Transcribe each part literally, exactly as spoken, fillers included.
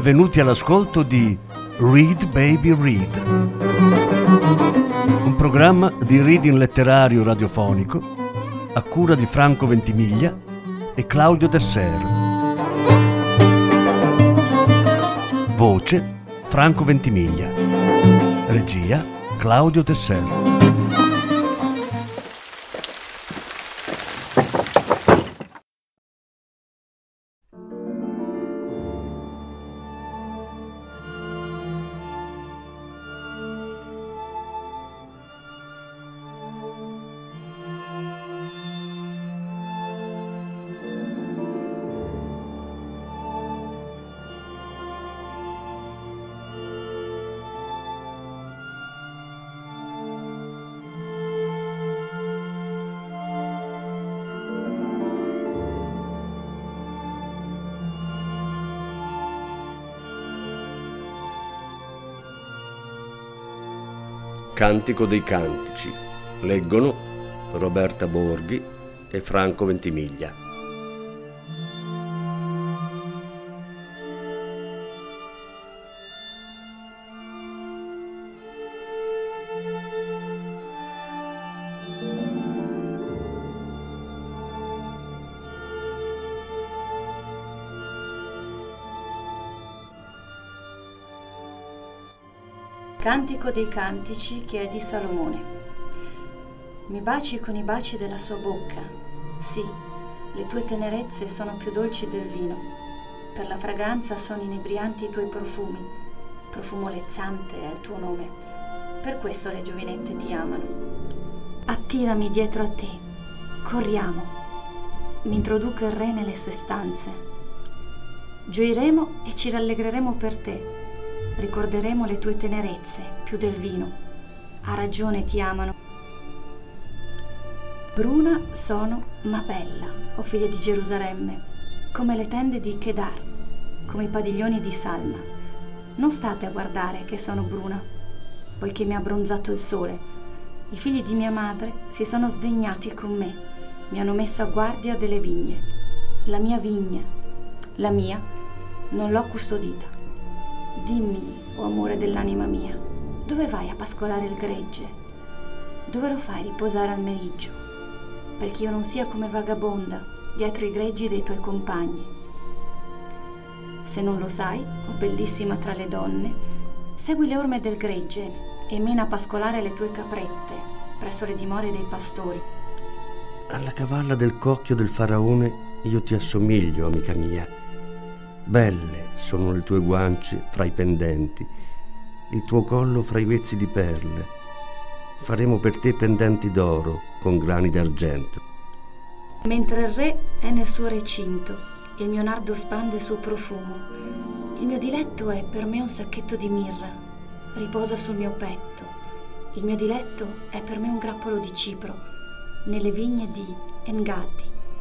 benvenuti all'ascolto di Read Baby Read, un programma di reading letterario radiofonico a cura di Franco Ventimiglia e Claudio Desser. Voce Franco Ventimiglia. Regia Claudio Desser. Cantico dei Cantici. Leggono Roberta Borghi e Franco Ventimiglia. Cantico dei Cantici che è di Salomone. Mi baci con i baci della sua bocca, sì, le tue tenerezze sono più dolci del vino, per la fragranza sono inebrianti i tuoi profumi, profumo lezzante è il tuo nome, per questo le giovinette ti amano. Attirami dietro a te, corriamo, mi introduca il re nelle sue stanze, gioiremo e ci rallegreremo per te. Ricorderemo le tue tenerezze più del vino. A ragione ti amano. Bruna sono ma bella, o figlia di Gerusalemme, come le tende di Kedar, come i padiglioni di Salma. Non state a guardare che sono bruna, poiché mi ha abbronzato il sole. I figli di mia madre si sono sdegnati con me, mi hanno messo a guardia delle vigne. La mia vigna, la mia, non l'ho custodita. Dimmi, o amore dell'anima mia, dove vai a pascolare il gregge? Dove lo fai riposare al meriggio? Perché io non sia come vagabonda dietro i greggi dei tuoi compagni. Se non lo sai, o bellissima tra le donne, segui le orme del gregge e mena a pascolare le tue caprette presso le dimore dei pastori. Alla cavalla del cocchio del faraone io ti assomiglio, amica mia. Belle sono le tue guance fra i pendenti, il tuo collo fra i vezzi di perle. Faremo per te pendenti d'oro con grani d'argento. Mentre il re è nel suo recinto, il mio nardo spande il suo profumo. Il mio diletto è per me un sacchetto di mirra, riposa sul mio petto. Il mio diletto è per me un grappolo di cipro, nelle vigne di Engadi.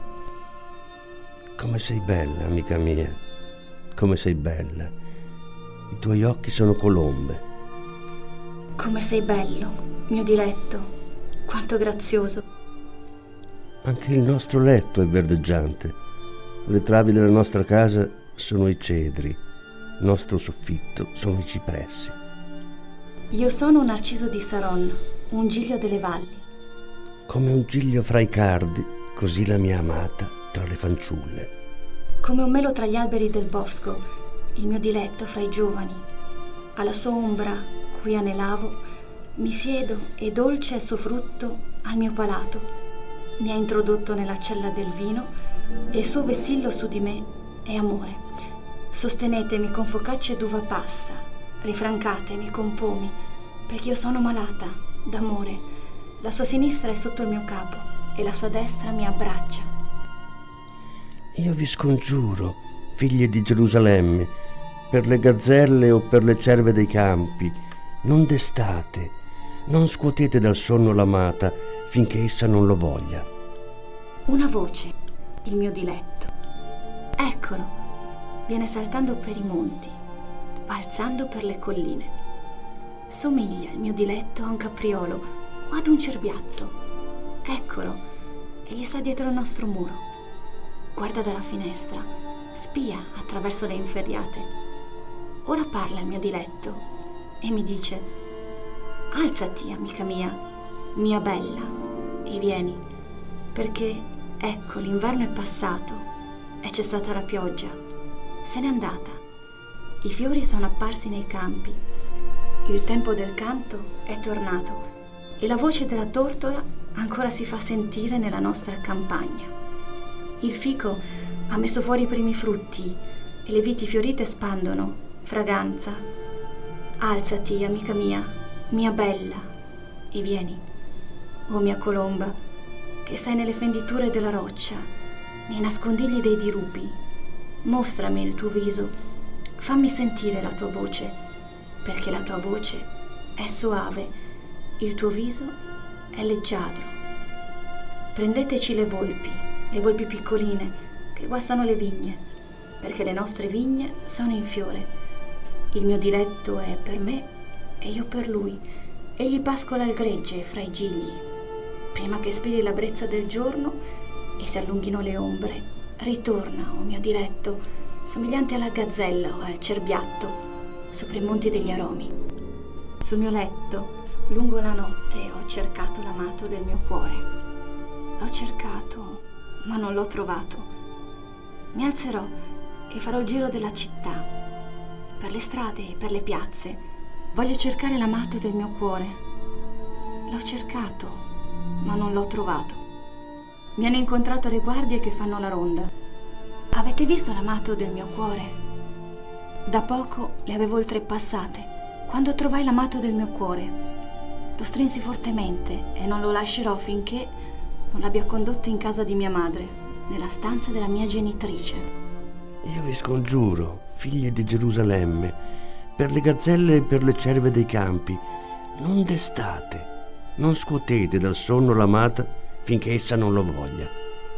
Come sei bella, amica mia. Come sei bella, i tuoi occhi sono colombe. Come sei bello, mio diletto, quanto grazioso. Anche il nostro letto è verdeggiante, le travi della nostra casa sono i cedri, il nostro soffitto sono i cipressi. Io sono un narciso di Saron, un giglio delle valli. Come un giglio fra i cardi, così la mia amata tra le fanciulle. Come un melo tra gli alberi del bosco, il mio diletto fra i giovani. Alla sua ombra, cui anelavo, mi siedo e dolce è il suo frutto al mio palato. Mi ha introdotto nella cella del vino e il suo vessillo su di me è amore. Sostenetemi con focacce d'uva passa, rifrancatemi con pomi, perché io sono malata d'amore. La sua sinistra è sotto il mio capo e la sua destra mi abbraccia. Io vi scongiuro, figlie di Gerusalemme, per le gazzelle o per le cerve dei campi, non destate, non scuotete dal sonno l'amata finché essa non lo voglia. Una voce, il mio diletto. Eccolo, viene saltando per i monti, balzando per le colline. Somiglia il mio diletto a un capriolo o ad un cerbiatto. Eccolo, egli sta dietro il nostro muro. Guarda dalla finestra, spia attraverso le inferriate. ora parla il mio diletto e mi dice: alzati, amica mia, mia bella, e vieni, perché ecco l'inverno è passato, è cessata la pioggia, se n'è andata, i fiori sono apparsi nei campi, il tempo del canto è tornato e la voce della tortora ancora si fa sentire nella nostra campagna. Il fico ha messo fuori i primi frutti e le viti fiorite spandono fragranza. Alzati, amica mia, mia bella, e vieni, o mia colomba, che sei nelle fenditure della roccia, nei nascondigli dei dirupi. Mostrami il tuo viso, fammi sentire la tua voce, perché la tua voce è soave, il tuo viso è leggiadro. Prendeteci le volpi, le volpi piccoline, che guastano le vigne, perché le nostre vigne sono in fiore. Il mio diletto è per me e io per lui. Egli pascola il gregge fra i gigli. Prima che spiri la brezza del giorno e si allunghino le ombre, ritorna, o mio diletto, somigliante alla gazzella o al cerbiatto, sopra i monti degli aromi. Sul mio letto, lungo la notte, ho cercato l'amato del mio cuore. L'ho cercato, ma non l'ho trovato. Mi alzerò e farò il giro della città, per le strade e per le piazze. Voglio cercare l'amato del mio cuore. L'ho cercato, ma non l'ho trovato. Mi hanno incontrato le guardie che fanno la ronda. Avete visto l'amato del mio cuore? Da poco le avevo oltrepassate, quando trovai l'amato del mio cuore. Lo strinsi fortemente e non lo lascerò finché non l'abbia condotto in casa di mia madre, nella stanza della mia genitrice. Io vi scongiuro, figlie di Gerusalemme, per le gazzelle e per le cerve dei campi, non destate, non scuotete dal sonno l'amata finché essa non lo voglia.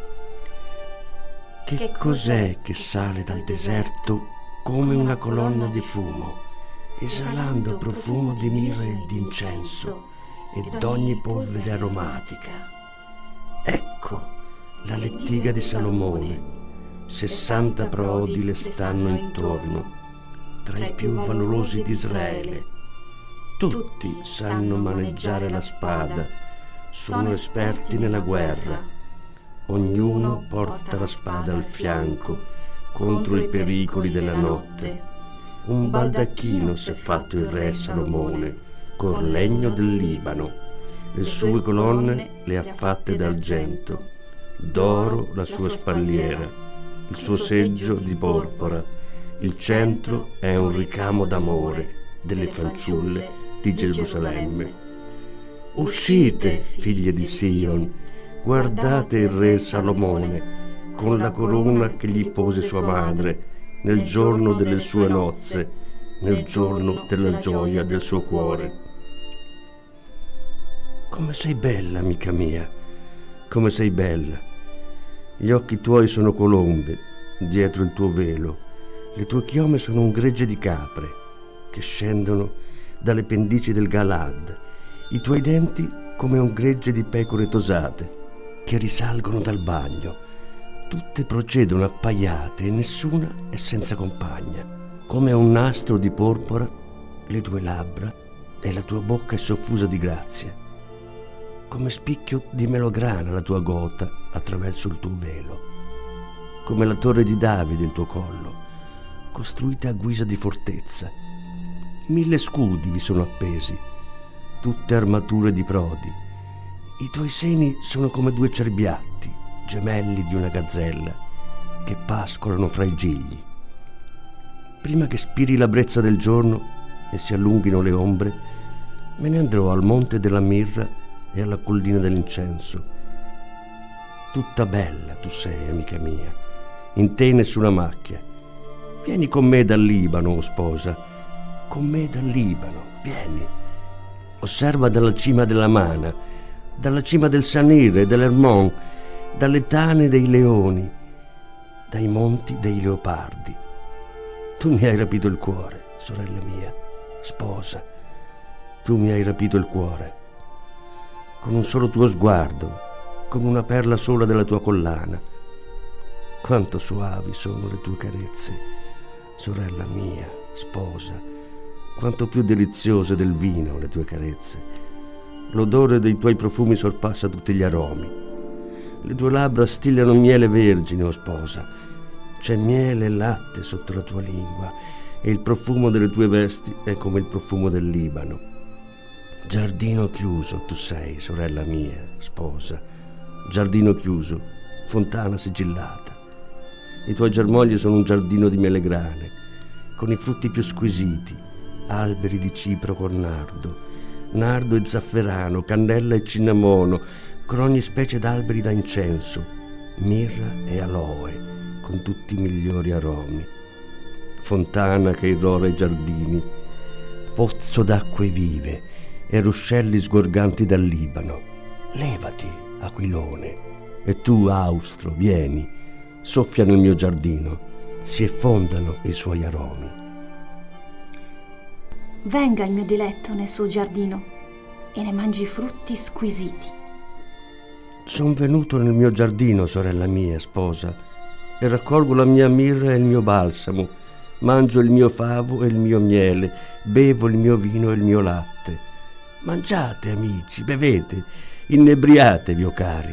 Che, che cos'è che sale dal deserto come una colonna di fumo, esalando profumo di mirra e d'incenso e d'ogni polvere aromatica? Ecco la lettiga di Salomone, sessanta prodi le stanno intorno, tra i più valorosi di Israele. Tutti sanno maneggiare la spada, sono esperti nella guerra. Ognuno porta la spada al fianco contro i pericoli della notte. Un baldacchino si è fatto il re Salomone col legno del Libano. Le sue colonne le ha fatte d'argento, d'oro la sua spalliera, il suo seggio di porpora, il centro è un ricamo d'amore delle fanciulle di Gerusalemme. Uscite, figlie di Sion, guardate il re Salomone con la corona che gli pose sua madre nel giorno delle sue nozze, nel giorno della gioia del suo cuore. Come sei bella, amica mia, come sei bella. Gli occhi tuoi sono colombe dietro il tuo velo, le tue chiome sono un gregge di capre che scendono dalle pendici del Galad, i tuoi denti come un gregge di pecore tosate che risalgono dal bagno. Tutte procedono appaiate e nessuna è senza compagna. Come un nastro di porpora le tue labbra e la tua bocca è soffusa di grazia. Come spicchio di melograna la tua gota attraverso il tuo velo, come la torre di Davide il tuo collo, costruita a guisa di fortezza. Mille scudi vi sono appesi, tutte armature di prodi. I tuoi seni sono come due cerbiatti, gemelli di una gazzella, che pascolano fra i gigli. Prima che spiri la brezza del giorno e si allunghino le ombre, me ne andrò al monte della mirra e alla collina dell'incenso. Tutta bella tu sei, amica mia, in te nessuna macchia. Vieni con me dal Libano, o sposa, con me dal Libano, vieni. Osserva dalla cima della Mana, dalla cima del Sanir e dell'Hermon, dalle tane dei leoni, dai monti dei leopardi. Tu mi hai rapito il cuore, sorella mia, sposa, tu mi hai rapito il cuore. Con un solo tuo sguardo, come una perla sola della tua collana. Quanto soavi sono le tue carezze, sorella mia, sposa, quanto più deliziose del vino le tue carezze. L'odore dei tuoi profumi sorpassa tutti gli aromi. Le tue labbra stillano miele vergine, o sposa. C'è miele e latte sotto la tua lingua e il profumo delle tue vesti è come il profumo del Libano. Giardino chiuso tu sei, sorella mia, sposa. Giardino chiuso, fontana sigillata. I tuoi germogli sono un giardino di melegrane, con i frutti più squisiti, alberi di cipro con nardo, nardo e zafferano, cannella e cinnamono, con ogni specie d'alberi da incenso, mirra e aloe, con tutti i migliori aromi. Fontana che irrora i giardini, pozzo d'acque vive e ruscelli sgorganti dal Libano. Levati, aquilone, e tu, austro, vieni, soffia nel mio giardino, si effondano i suoi aromi. Venga il mio diletto nel suo giardino e ne mangi frutti squisiti. Son venuto nel mio giardino, sorella mia, sposa, e raccolgo la mia mirra e il mio balsamo, mangio il mio favo e il mio miele, bevo il mio vino e il mio latte. Mangiate, amici, bevete, innebriatevi, o cari.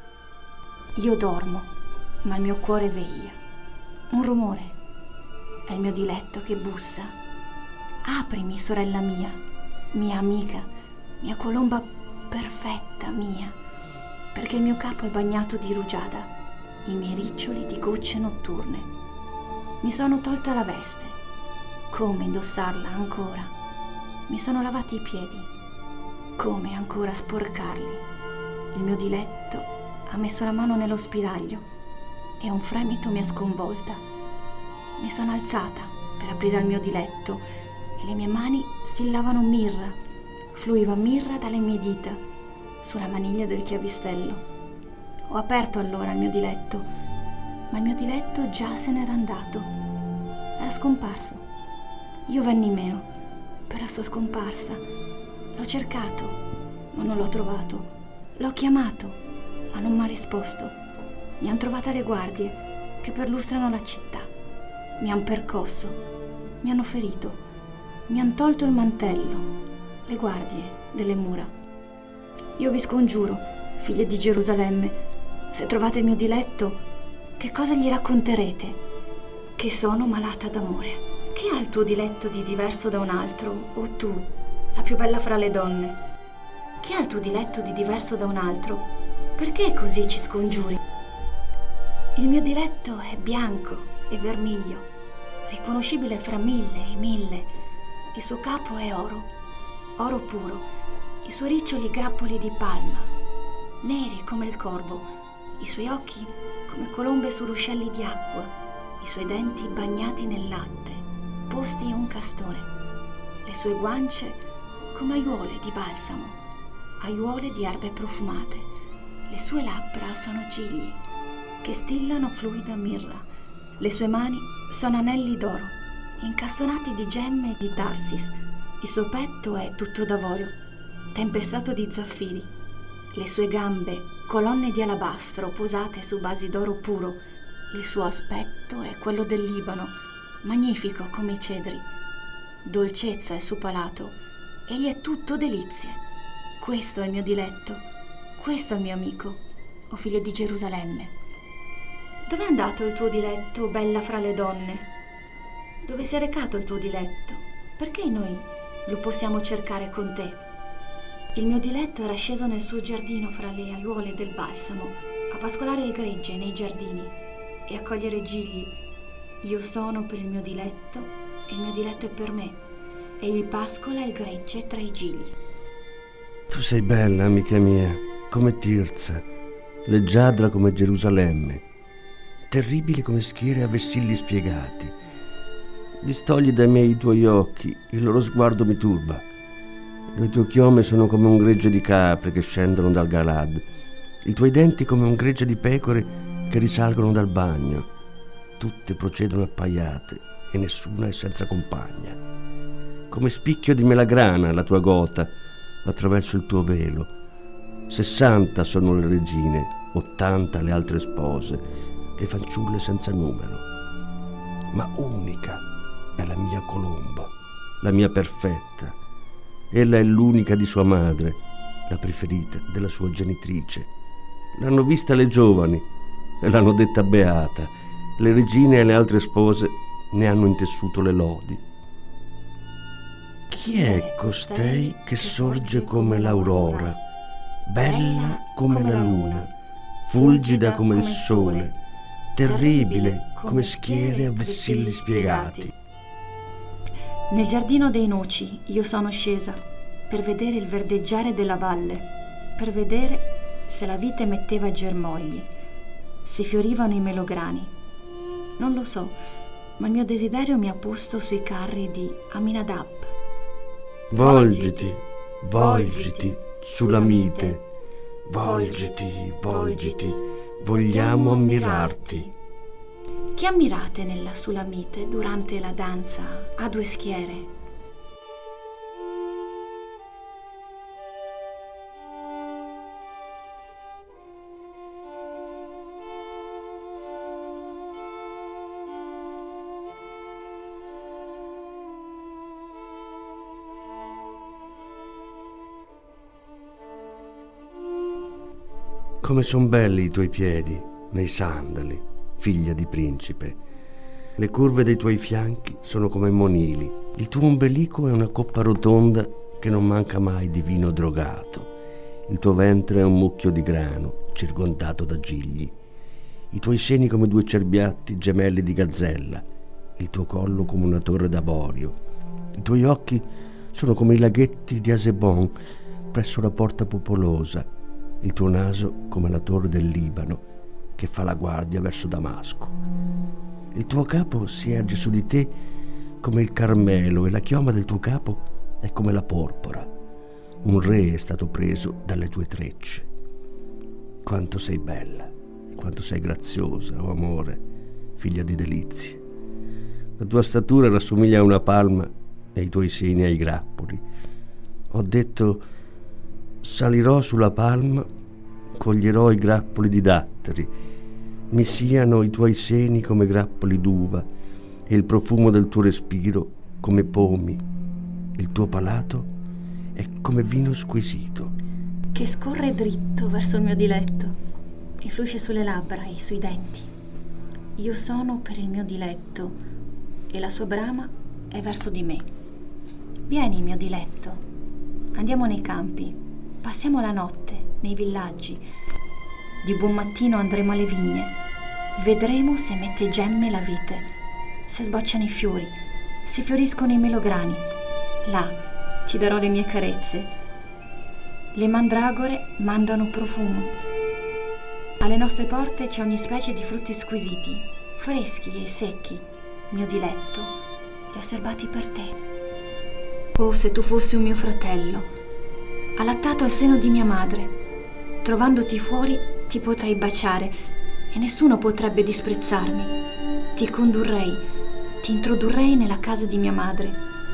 Io dormo, ma il mio cuore veglia. Un rumore, è il mio diletto che bussa. Aprimi, sorella mia, mia amica, mia colomba perfetta mia, perché il mio capo è bagnato di rugiada, i miei riccioli di gocce notturne. Mi sono tolta la veste. Come indossarla ancora? Mi sono lavati i piedi. Come ancora sporcarli? Il mio diletto ha messo la mano nello spiraglio e un fremito mi ha sconvolta. Mi sono alzata per aprire il mio diletto e le mie mani stillavano mirra. Fluiva mirra dalle mie dita sulla maniglia del chiavistello. Ho aperto allora il mio diletto, ma il mio diletto già se n'era andato. Era scomparso. Io venni meno per la sua scomparsa. L'ho cercato, ma non l'ho trovato. L'ho chiamato, ma non mi ha risposto. Mi han trovata le guardie che perlustrano la città. Mi han percosso, mi hanno ferito, mi han tolto il mantello, le guardie delle mura. Io vi scongiuro, figlie di Gerusalemme, se trovate il mio diletto, che cosa gli racconterete? Che sono malata d'amore. Che ha il tuo diletto di diverso da un altro, o tu, la più bella fra le donne? Che ha il tuo diletto di diverso da un altro? Perché così ci scongiuri? Il mio diletto è bianco e vermiglio, riconoscibile fra mille e mille. Il suo capo è oro, oro puro, i suoi riccioli grappoli di palma, neri come il corvo, i suoi occhi come colombe su ruscelli di acqua, i suoi denti bagnati nel latte, posti in un castore, le sue guance come aiuole di balsamo, aiuole di erbe profumate, le sue labbra sono gigli che stillano fluida mirra, le sue mani sono anelli d'oro, incastonati di gemme e di tarsis, il suo petto è tutto d'avorio, tempestato di zaffiri, le sue gambe colonne di alabastro posate su basi d'oro puro, il suo aspetto è quello del Libano, magnifico come i cedri, dolcezza il suo palato, egli è tutto delizie. Questo è il mio diletto, questo è il mio amico, o figlia di Gerusalemme. Dov'è andato il tuo diletto, bella fra le donne? Dove si è recato il tuo diletto? Perché noi lo possiamo cercare con te? Il mio diletto era sceso nel suo giardino fra le aiuole del balsamo, a pascolare il gregge nei giardini e a cogliere gigli. Io sono per il mio diletto e il mio diletto è per me. Egli pascola il gregge tra i gigli. Tu sei bella, amica mia, come Tirza, leggiadra come Gerusalemme, terribile come schiere a vessilli spiegati. Distogli dai miei i tuoi occhi, il loro sguardo mi turba. Le tue chiome sono come un gregge di capre che scendono dal Galad, i tuoi denti come un gregge di pecore che risalgono dal bagno. Tutte procedono appaiate e nessuna è senza compagna. Come spicchio di melagrana la tua gota attraverso il tuo velo. Sessanta sono le regine, ottanta le altre spose, le fanciulle senza numero. Ma unica, è la mia Colomba, la mia perfetta. Ella è l'unica di sua madre, la preferita della sua genitrice. L'hanno vista le giovani e l'hanno detta beata. Le regine e le altre spose ne hanno intessuto le lodi. Chi è costei che sorge come l'aurora, bella come la luna, fulgida come il sole, terribile come schiere a vessilli spiegati? Nel giardino dei noci io sono scesa per vedere il verdeggiare della valle, per vedere se la vite metteva germogli, se fiorivano i melograni. Non lo so, ma il mio desiderio mi ha posto sui carri di Aminadab. Volgiti, volgiti sulla mite, volgiti, volgiti, vogliamo ammirarti. Chi ammirate nella Sulamite durante la danza a due schiere? Come son belli i tuoi piedi nei sandali, figlia di principe. Le curve dei tuoi fianchi sono come monili. Il tuo ombelico è una coppa rotonda che non manca mai di vino drogato. Il tuo ventre è un mucchio di grano circondato da gigli. I tuoi seni come due cerbiatti gemelli di gazzella. Il tuo collo come una torre d'avorio. I tuoi occhi sono come i laghetti di Asebon presso la porta popolosa. Il tuo naso come la torre del Libano che fa la guardia verso Damasco. Il tuo capo si erge su di te come il Carmelo e la chioma del tuo capo è come la porpora. Un re è stato preso dalle tue trecce. Quanto sei bella, quanto sei graziosa, o oh amore, figlia di delizie. La tua statura rassomiglia a una palma e i tuoi seni ai grappoli. Ho detto: salirò sulla palma, coglierò i grappoli di datteri, mi siano i tuoi seni come grappoli d'uva e il profumo del tuo respiro come pomi. Il tuo palato è come vino squisito che scorre dritto verso il mio diletto e fluisce sulle labbra e sui denti. Io sono per il mio diletto e la sua brama è verso di me. Vieni, mio diletto, andiamo nei campi. Passiamo la notte nei villaggi. Di buon mattino andremo alle vigne. Vedremo se mette gemme la vite, se sbocciano i fiori, se fioriscono i melograni. Là ti darò le mie carezze. Le mandragore mandano profumo. Alle nostre porte c'è ogni specie di frutti squisiti, freschi e secchi. Mio diletto, li ho serbati per te. Oh, se tu fossi un mio fratello, allattato al seno di mia madre. Trovandoti fuori ti potrei baciare e nessuno potrebbe disprezzarmi. Ti condurrei, ti introdurrei nella casa di mia madre.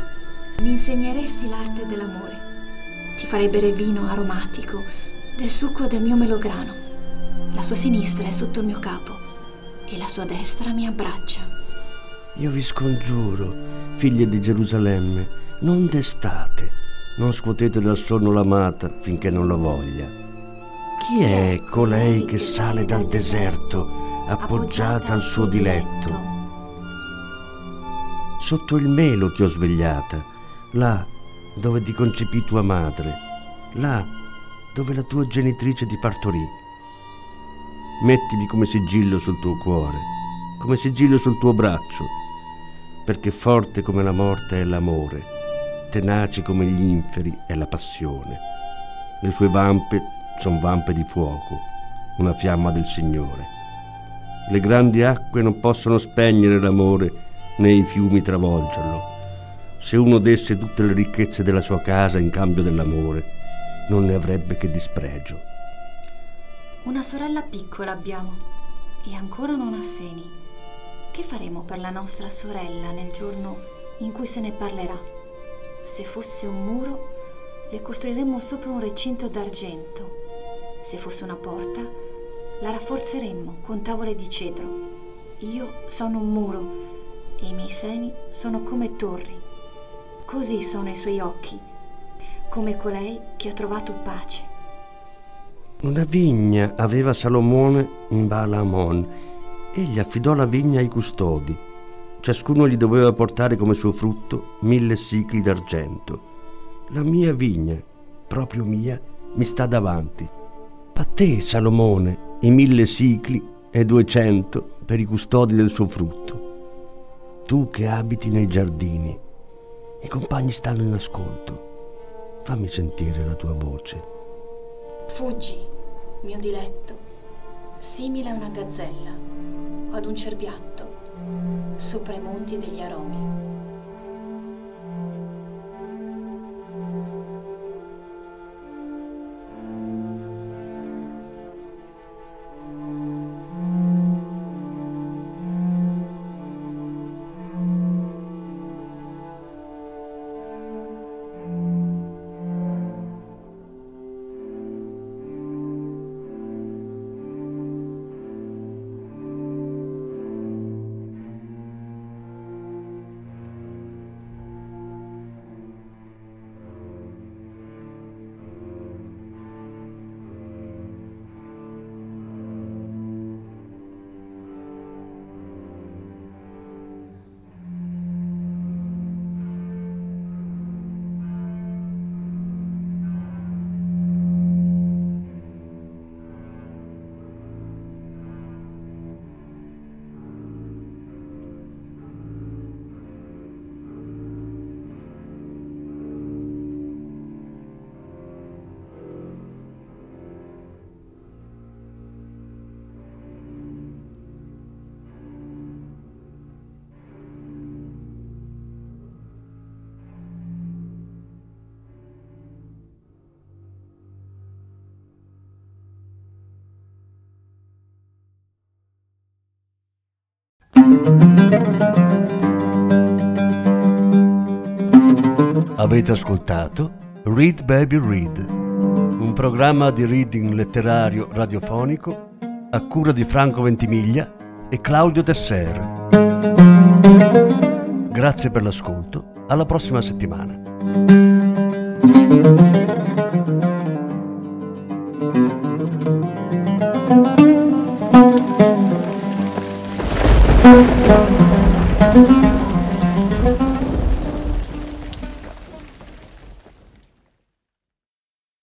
Mi insegneresti l'arte dell'amore. Ti farei bere vino aromatico del succo del mio melograno. La sua sinistra è sotto il mio capo e la sua destra mi abbraccia. Io vi scongiuro, figlie di Gerusalemme, non destate. Non scuotete dal sonno l'amata finché non lo voglia. Chi è colei che sale dal deserto appoggiata al suo diletto? Sotto il melo ti ho svegliata, là dove ti concepì tua madre, là dove la tua genitrice ti partorì. Mettimi come sigillo sul tuo cuore, come sigillo sul tuo braccio, perché forte come la morte è l'amore, tenace come gli inferi è la passione. Le sue vampe son vampe di fuoco, una fiamma del Signore. Le grandi acque non possono spegnere l'amore, né i fiumi travolgerlo. Se uno desse tutte le ricchezze della sua casa in cambio dell'amore, non ne avrebbe che dispregio. Una sorella piccola abbiamo e ancora non ha seni. Che faremo per la nostra sorella nel giorno in cui se ne parlerà? Se fosse un muro, le costruiremmo sopra un recinto d'argento. Se fosse una porta, la rafforzeremmo con tavole di cedro. Io sono un muro e i miei seni sono come torri. Così sono i suoi occhi, come colei che ha trovato pace. Una vigna aveva Salomone in Baala Amon. Egli affidò la vigna ai custodi. Ciascuno gli doveva portare come suo frutto mille sicli d'argento. La mia vigna, proprio mia, mi sta davanti. A te, Salomone, i mille sicli e duecento per i custodi del suo frutto. Tu che abiti nei giardini, i compagni stanno in ascolto. Fammi sentire la tua voce. Fuggi, mio diletto, simile a una gazzella o ad un cerbiatto sopra i monti degli aromi. Avete ascoltato Read Baby Read, un programma di reading letterario radiofonico a cura di Franco Ventimiglia e Claudio Tesser. Grazie per l'ascolto, alla prossima settimana.